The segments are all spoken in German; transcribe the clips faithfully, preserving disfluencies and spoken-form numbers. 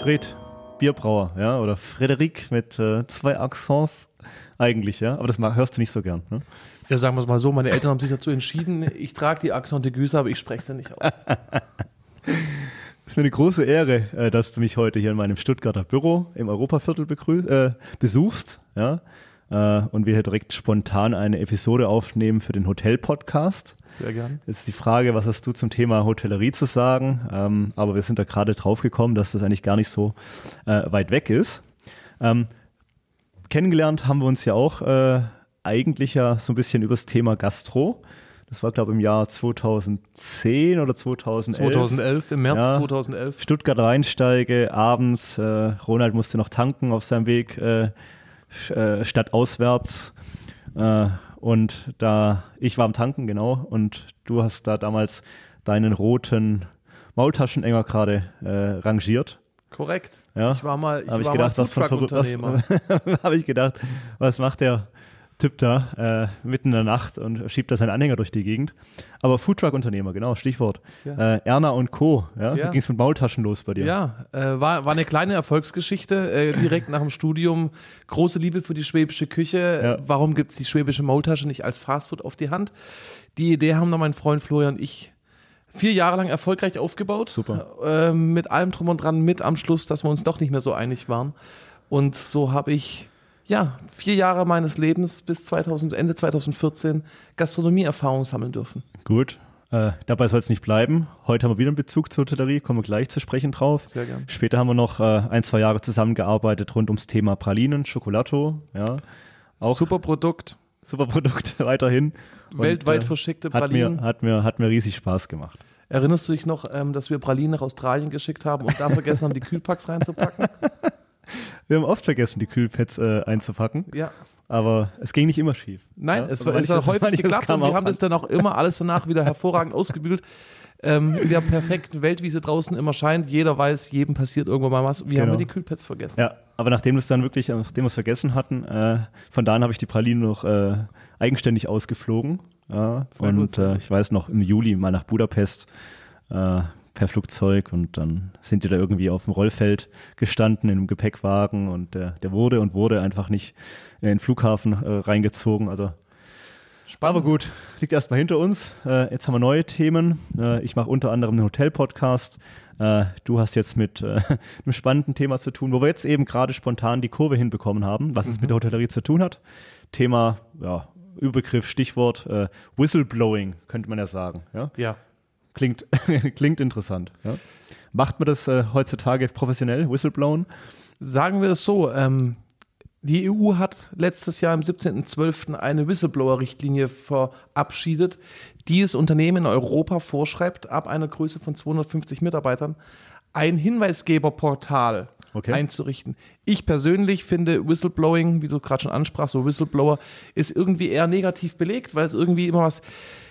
Fred, Bierbrauer, ja, oder Frederik mit äh, zwei Accents eigentlich, ja, aber das mag, hörst du nicht so gern, ne? Ja, sagen wir es mal so, meine Eltern haben sich dazu entschieden, ich trage die Accent aigus, aber ich spreche sie nicht aus. Es ist mir eine große Ehre, äh, dass du mich heute hier in meinem Stuttgarter Büro im Europaviertel begrü- äh, besuchst, ja, äh, und wir hier direkt spontan eine Episode aufnehmen für den Hotel-Podcast. Sehr gern. Jetzt ist die Frage, was hast du zum Thema Hotellerie zu sagen? Ähm, aber wir sind da gerade drauf gekommen, dass das eigentlich gar nicht so äh, weit weg ist. Ähm, kennengelernt haben wir uns ja auch äh, eigentlich ja so ein bisschen über das Thema Gastro. Das war, glaube ich, im Jahr zweitausendzehn oder zweitausendelf. zweitausendelf, im März ja, zweitausendelf. Stuttgarter Rheinsteige, abends. Äh, Ronald musste noch tanken auf seinem Weg äh, äh, stadtauswärts. Äh, und da, ich war am Tanken, genau. Und du hast da damals deinen roten Maultaschenenger gerade äh, rangiert. Korrekt. Ja. Ich war mal, ich hab war ich gedacht, mal Foodtruck-Unternehmer. Habe ich gedacht, was macht der Typ da äh, mitten in der Nacht und schiebt da seinen Anhänger durch die Gegend. Aber Foodtruck-Unternehmer, genau, Stichwort. Ja. Äh, Erna und Co. Ja? Ja. Ging es mit Maultaschen los bei dir? Ja, äh, war, war eine kleine Erfolgsgeschichte. Äh, direkt nach dem Studium. Große Liebe für die schwäbische Küche. Ja. Warum gibt es die schwäbische Maultasche nicht als Fastfood auf die Hand? Die Idee haben dann mein Freund Florian und ich vier Jahre lang erfolgreich aufgebaut. Super. Äh, mit allem drum und dran, mit am Schluss, dass wir uns doch nicht mehr so einig waren. Und so habe ich ja vier Jahre meines Lebens bis zweitausend, Ende zweitausendvierzehn Gastronomieerfahrung sammeln dürfen. Gut. Äh, dabei soll es nicht bleiben. Heute haben wir wieder einen Bezug zur Hotellerie, kommen wir gleich zu sprechen drauf. Sehr gern. Später haben wir noch äh, ein, zwei Jahre zusammengearbeitet rund ums Thema Pralinen, Schokolato. Ja. Auch super Produkt. Super Produkt weiterhin. Weltweit und, äh, verschickte hat Pralinen. Mir, hat, mir, hat mir riesig Spaß gemacht. Erinnerst du dich noch, ähm, dass wir Pralinen nach Australien geschickt haben und da vergessen haben, die Kühlpacks reinzupacken? Wir haben oft vergessen, die Kühlpads äh, einzupacken. Ja. Aber es ging nicht immer schief. Nein, ja? es, war, es hat häufig geklappt und wir haben das dann auch immer alles danach wieder hervorragend ausgebügelt. Ähm, in der perfekten Welt, wie sie draußen immer scheint, jeder weiß, jedem passiert irgendwann mal was. Wir genau. haben die Kühlpads vergessen. Ja, aber nachdem wir es dann wirklich, nachdem wir es vergessen hatten, äh, von da an habe ich die Pralinen noch äh, eigenständig ausgeflogen. Ja, und äh, ich weiß noch, im Juli mal nach Budapest äh, per Flugzeug und dann sind die da irgendwie auf dem Rollfeld gestanden in einem Gepäckwagen und äh, der wurde und wurde einfach nicht in den Flughafen äh, reingezogen. Also aber gut, liegt erstmal hinter uns. Äh, jetzt haben wir neue Themen. Äh, ich mache unter anderem einen Hotel-Podcast. Äh, du hast jetzt mit äh, einem spannenden Thema zu tun, wo wir jetzt eben gerade spontan die Kurve hinbekommen haben, was mhm. es mit der Hotellerie zu tun hat. Thema, ja, Überbegriff, Stichwort äh, Whistleblowing, könnte man ja sagen. Ja. ja. Klingt, klingt interessant. Ja. Macht man das äh, heutzutage professionell, Whistleblowen? Sagen wir es so, ähm, die E U hat letztes Jahr am siebzehnten zwölften eine Whistleblower-Richtlinie verabschiedet, die es Unternehmen in Europa vorschreibt, ab einer Größe von zweihundertfünfzig Mitarbeitern ein Hinweisgeberportal okay. einzurichten. Ich persönlich finde Whistleblowing, wie du gerade schon ansprachst, so Whistleblower, ist irgendwie eher negativ belegt, weil es irgendwie immer was...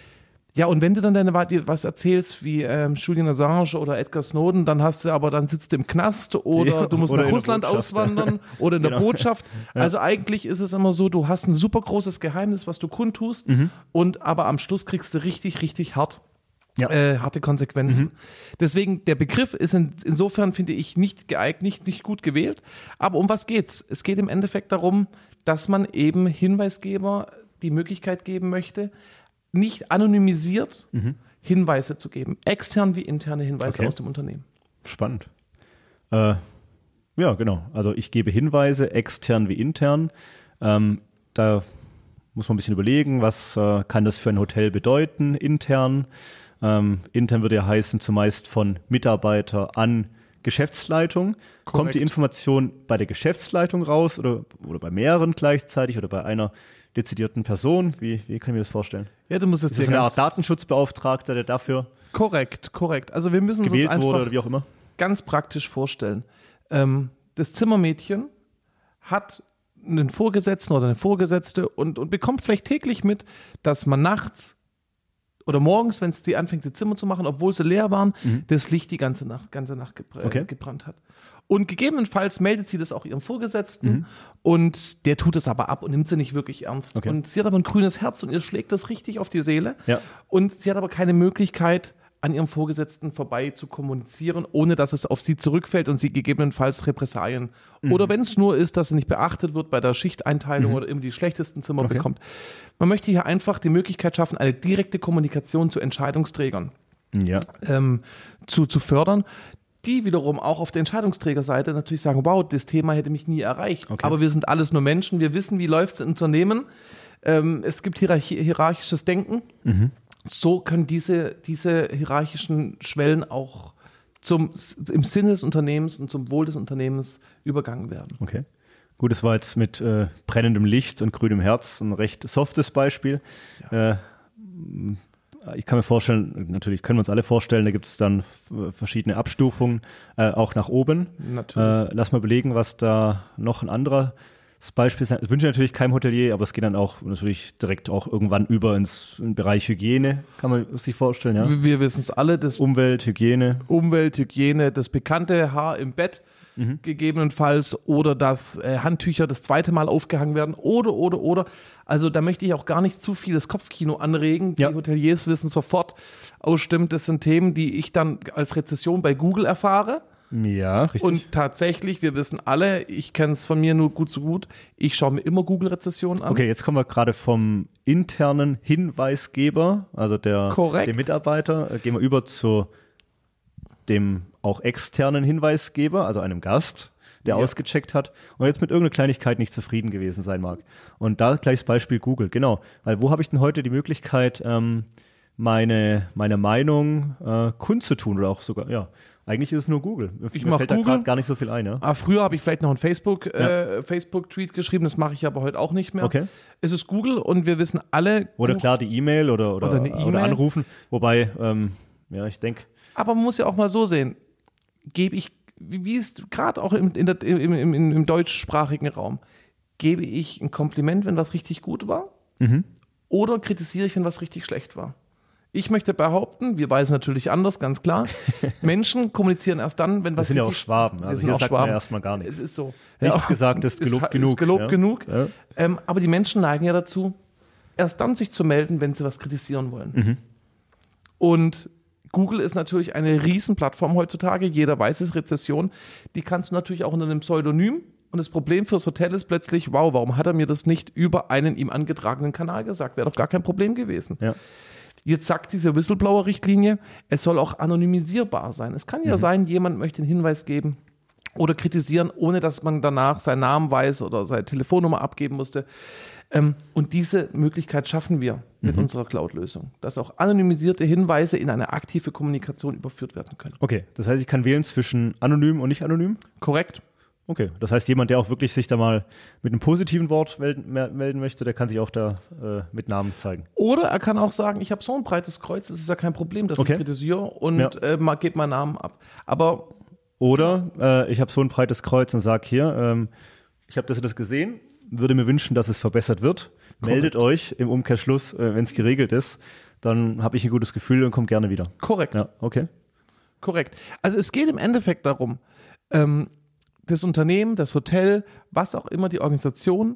Ja, und wenn du dann deine was erzählst, wie ähm, Julian Assange oder Edgar Snowden, dann hast du aber, dann sitzt du im Knast oder ja, du musst oder nach Russland auswandern oder in der genau. Botschaft. Ja. Also eigentlich ist es immer so, du hast ein super großes Geheimnis, was du kundtust, mhm. und aber am Schluss kriegst du richtig, richtig hart. Ja. Äh, harte Konsequenzen. Mhm. Deswegen, der Begriff ist in, insofern, finde ich, nicht geeignet, nicht, nicht gut gewählt. Aber um was geht's? Es geht im Endeffekt darum, dass man eben Hinweisgeber die Möglichkeit geben möchte, nicht anonymisiert mhm. Hinweise zu geben. Extern wie interne Hinweise okay. aus dem Unternehmen. Spannend. Äh, ja, genau. Also ich gebe Hinweise, extern wie intern. Ähm, da muss man ein bisschen überlegen, was äh, kann das für ein Hotel bedeuten, intern. Ähm, intern würde ja heißen, zumeist von Mitarbeiter an Geschäftsleitung. Korrekt. Kommt die Information bei der Geschäftsleitung raus oder, oder bei mehreren gleichzeitig oder bei einer dezidierten Person? Wie, wie kann ich mir das vorstellen? Ja, du musst es ist das eine Art Datenschutzbeauftragter, der dafür korrekt, korrekt. Also wir müssen uns gewählt einfach wurde oder wie auch immer? Ganz praktisch vorstellen. Ähm, das Zimmermädchen hat einen Vorgesetzten oder eine Vorgesetzte und, und bekommt vielleicht täglich mit, dass man nachts oder morgens, wenn es die anfängt, die Zimmer zu machen, obwohl sie leer waren, mhm. das Licht die ganze Nacht, ganze Nacht gebr- okay. gebrannt hat. Und gegebenenfalls meldet sie das auch ihrem Vorgesetzten Mhm. und der tut es aber ab und nimmt sie nicht wirklich ernst. Okay. Und sie hat aber ein grünes Herz und ihr schlägt das richtig auf die Seele. Ja. Und sie hat aber keine Möglichkeit, an ihrem Vorgesetzten vorbei zu kommunizieren, ohne dass es auf sie zurückfällt und sie gegebenenfalls Repressalien. Mhm. Oder wenn es nur ist, dass sie nicht beachtet wird bei der Schichteinteilung mhm. oder immer die schlechtesten Zimmer okay. bekommt. Man möchte hier einfach die Möglichkeit schaffen, eine direkte Kommunikation zu Entscheidungsträgern ja. ähm, zu, zu fördern, die wiederum auch auf der Entscheidungsträgerseite natürlich sagen, wow, das Thema hätte mich nie erreicht. Okay. Aber wir sind alles nur Menschen, wir wissen, wie läuft es in Unternehmen. Ähm, es gibt hierarchi- hierarchisches Denken. Mhm. So können diese, diese hierarchischen Schwellen auch zum, im Sinne des Unternehmens und zum Wohl des Unternehmens übergangen werden. Okay. Gut, das war jetzt mit äh, brennendem Licht und grünem Herz ein recht softes Beispiel. Ja. Äh, ich kann mir vorstellen, natürlich können wir uns alle vorstellen, da gibt es dann f- verschiedene Abstufungen, äh, auch nach oben. Natürlich. Äh, lass mal belegen, was da noch ein anderer Beispiel sein. Ich wünsche natürlich keinem Hotelier, aber es geht dann auch natürlich direkt auch irgendwann über ins in den Bereich Hygiene, kann man sich vorstellen. Ja? Wir wissen es alle. Das Umwelt, Hygiene. Umwelt, Hygiene, das bekannte Haar im Bett mhm. gegebenenfalls oder dass äh, Handtücher das zweite Mal aufgehangen werden oder, oder, oder. Also da möchte ich auch gar nicht zu viel das Kopfkino anregen. Die ja. Hoteliers wissen sofort, oh stimmt, das sind Themen, die ich dann als Rezession bei Google erfahre. Ja, richtig. Und tatsächlich, wir wissen alle, ich kenne es von mir nur gut so gut, ich schaue mir immer Google-Rezessionen an. Okay, jetzt kommen wir gerade vom internen Hinweisgeber, also der, dem Mitarbeiter, äh, gehen wir über zu dem auch externen Hinweisgeber, also einem Gast, der ja. ausgecheckt hat und jetzt mit irgendeiner Kleinigkeit nicht zufrieden gewesen sein mag. Und da gleich das Beispiel Google, genau. Weil wo habe ich denn heute die Möglichkeit, ähm, meine, meine Meinung äh, kundzutun oder auch sogar, ja, eigentlich ist es nur Google. Ich mache Google. Da gar nicht so viel ein. Ja? Ah, früher habe ich vielleicht noch einen Facebook, ja. äh, Facebook-Tweet geschrieben, das mache ich aber heute auch nicht mehr. Okay. Es ist Google und wir wissen alle. Oder klar die E-Mail oder, oder, oder, eine E-Mail. oder anrufen. Wobei, ähm, ja, ich denke. Aber man muss ja auch mal so sehen, gebe ich, wie ist gerade auch im, in der, im, im, im deutschsprachigen Raum, gebe ich ein Kompliment, wenn was richtig gut war? Mhm. Oder kritisiere ich, wenn was richtig schlecht war? Ich möchte behaupten, wir weiß natürlich anders, ganz klar. Menschen kommunizieren erst dann, wenn was. Wir sind ja auch Schwaben. Wir also sind hier auch sagt Schwaben. Man erstmal gar nichts. Es ist so. Nichts ja, gesagt ist gelobt ist, genug. Ist gelobt ja. genug. Ja. Ähm, aber die Menschen neigen ja dazu, erst dann sich zu melden, wenn sie was kritisieren wollen. Mhm. Und Google ist natürlich eine Riesenplattform heutzutage. Jeder weiß es, Rezession. Die kannst du natürlich auch unter einem Pseudonym. Und das Problem fürs Hotel ist plötzlich, wow, warum hat er mir das nicht über einen ihm angetragenen Kanal gesagt? Wäre doch gar kein Problem gewesen. Ja. Jetzt sagt diese Whistleblower-Richtlinie, es soll auch anonymisierbar sein. Es kann ja mhm. sein, jemand möchte einen Hinweis geben oder kritisieren, ohne dass man danach seinen Namen weiß oder seine Telefonnummer abgeben musste. Ähm, und diese Möglichkeit schaffen wir mit mhm. unserer Cloud-Lösung, dass auch anonymisierte Hinweise in eine aktive Kommunikation überführt werden können. Okay, das heißt, ich kann wählen zwischen anonym und nicht anonym? Korrekt. Okay, das heißt, jemand, der auch wirklich sich da mal mit einem positiven Wort melden, melden möchte, der kann sich auch da äh, mit Namen zeigen. Oder er kann auch sagen, ich habe so ein breites Kreuz, das ist ja kein Problem, dass okay. ich kritisiere und ja. äh, mal, gebe meinen Namen ab. Aber Oder äh, ich habe so ein breites Kreuz und sage hier, ähm, ich habe das und das gesehen, würde mir wünschen, dass es verbessert wird. Korrekt. Meldet euch im Umkehrschluss, äh, wenn es geregelt ist, dann habe ich ein gutes Gefühl und komme gerne wieder. Korrekt. Ja, okay. Korrekt. Also es geht im Endeffekt darum, ähm, das Unternehmen, das Hotel, was auch immer die Organisation,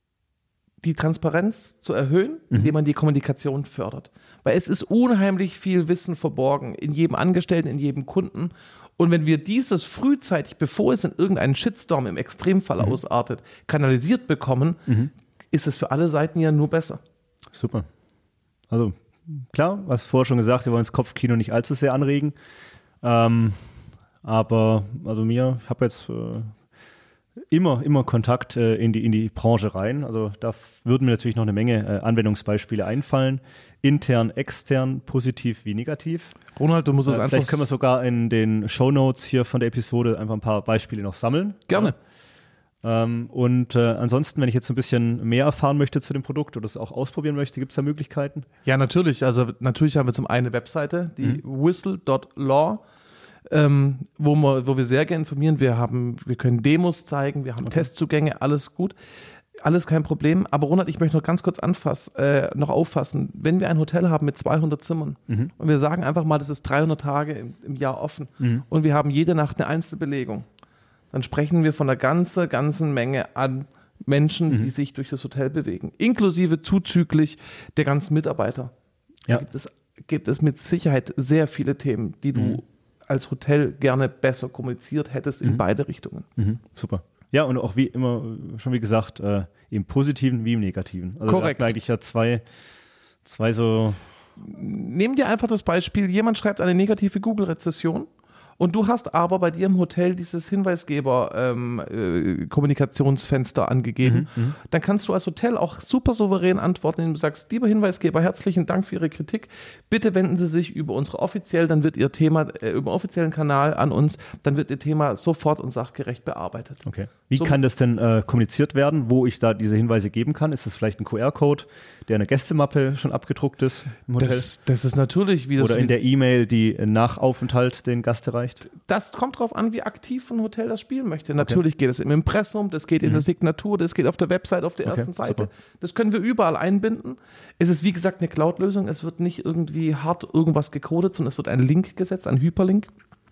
die Transparenz zu erhöhen, mhm. indem man die Kommunikation fördert. Weil es ist unheimlich viel Wissen verborgen in jedem Angestellten, in jedem Kunden. Und wenn wir dieses frühzeitig, bevor es in irgendeinen Shitstorm im Extremfall mhm. ausartet, kanalisiert bekommen, mhm. ist es für alle Seiten ja nur besser. Super. Also klar, du hast vorher schon gesagt, wir wollen das Kopfkino nicht allzu sehr anregen. Ähm, Aber also mir, ich habe jetzt äh, immer, immer Kontakt äh, in, die, in die Branche rein. Also da würden mir natürlich noch eine Menge äh, Anwendungsbeispiele einfallen. Intern, extern, positiv wie negativ. Ronald, du musst es äh, einfach... Vielleicht können wir sogar in den Shownotes hier von der Episode einfach ein paar Beispiele noch sammeln. Gerne. Ja. Ähm, und äh, ansonsten, wenn ich jetzt ein bisschen mehr erfahren möchte zu dem Produkt oder es auch ausprobieren möchte, gibt es da Möglichkeiten? Ja, natürlich. Also natürlich haben wir zum einen eine Webseite, die mhm. whistle dot law. Ähm, wo, wir, wo wir sehr gerne informieren. Wir haben, wir können Demos zeigen, wir haben okay. Testzugänge, alles gut, alles kein Problem. Aber Ronald, ich möchte noch ganz kurz anfassen, äh, noch auffassen, wenn wir ein Hotel haben mit zweihundert Zimmern mhm. und wir sagen einfach mal, das ist dreihundert Tage im, im Jahr offen mhm. und wir haben jede Nacht eine Einzelbelegung, dann sprechen wir von einer ganzen, ganzen Menge an Menschen, mhm. die sich durch das Hotel bewegen, inklusive zuzüglich der ganzen Mitarbeiter. Ja. Da gibt es gibt es mit Sicherheit sehr viele Themen, die du mhm. als Hotel gerne besser kommuniziert hättest in mhm. beide Richtungen. Mhm. Super. Ja, und auch wie immer, schon wie gesagt, äh, im Positiven wie im Negativen. Also korrekt. Da eigentlich ja zwei, zwei so... Nehmen dir einfach das Beispiel, jemand schreibt eine negative Google-Rezession und du hast aber bei dir im Hotel dieses Hinweisgeber-Kommunikationsfenster ähm, äh, angegeben. Mhm, dann kannst du als Hotel auch super souverän antworten, indem du sagst, lieber Hinweisgeber, herzlichen Dank für Ihre Kritik. Bitte wenden Sie sich über unsere offiziell, dann wird Ihr Thema, äh, über offiziellen Kanal an uns, dann wird Ihr Thema sofort und sachgerecht bearbeitet. Okay. Wie so, kann das denn äh, kommuniziert werden, wo ich da diese Hinweise geben kann? Ist das vielleicht ein Q R-Code, der in der Gästemappe schon abgedruckt ist im Hotel? Das, das ist natürlich, wie das... Oder in der E-Mail, die nach Aufenthalt den Gast erreicht? Das kommt darauf an, wie aktiv ein Hotel das spielen möchte. Okay. Natürlich geht es im Impressum, das geht in mhm. der Signatur, das geht auf der Website, auf der okay, ersten Seite. Super. Das können wir überall einbinden. Es ist wie gesagt eine Cloud-Lösung. Es wird nicht irgendwie hart irgendwas gecodet, sondern es wird ein Link gesetzt, ein Hyperlink.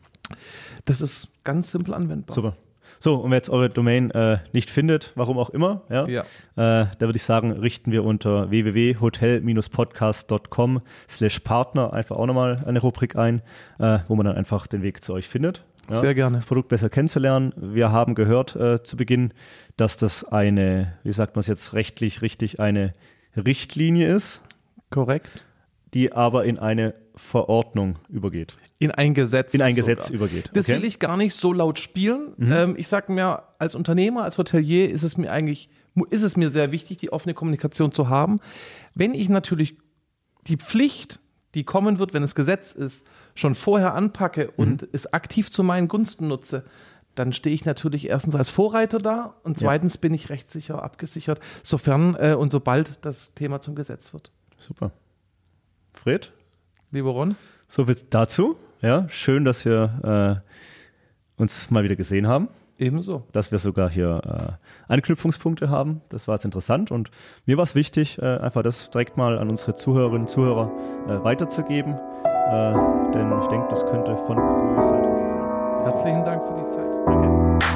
Das ist ganz simpel anwendbar. Super. So, und wer jetzt eure Domain äh, nicht findet, warum auch immer, ja, ja. Äh, da würde ich sagen, richten wir unter w w w punkt hotel podcast punkt com slash partner einfach auch nochmal eine Rubrik ein, äh, wo man dann einfach den Weg zu euch findet. Ja, sehr gerne. Das Produkt besser kennenzulernen. Wir haben gehört äh, zu Beginn, dass das eine, wie sagt man es jetzt rechtlich richtig, eine Richtlinie ist. Korrekt. Die aber in eine Verordnung übergeht. In ein Gesetz. In ein Gesetz sogar. übergeht. Das okay. will ich gar nicht so laut spielen. Mhm. Ähm, ich sage mir, als Unternehmer, als Hotelier ist es mir eigentlich, ist es mir sehr wichtig, die offene Kommunikation zu haben. Wenn ich natürlich die Pflicht, die kommen wird, wenn es Gesetz ist, schon vorher anpacke und mhm. es aktiv zu meinen Gunsten nutze, dann stehe ich natürlich erstens als Vorreiter da und zweitens ja. bin ich rechtssicher abgesichert, sofern äh, und sobald das Thema zum Gesetz wird. Super. Fred? Lieber Ron? So viel dazu. Ja, schön, dass wir äh, uns mal wieder gesehen haben. Ebenso. Dass wir sogar hier äh, Anknüpfungspunkte haben. Das war jetzt interessant und mir war es wichtig, äh, einfach das direkt mal an unsere Zuhörerinnen und Zuhörer äh, weiterzugeben. Äh, denn ich denke, das könnte von großer Interesse sein. Herzlichen Dank für die Zeit. Danke.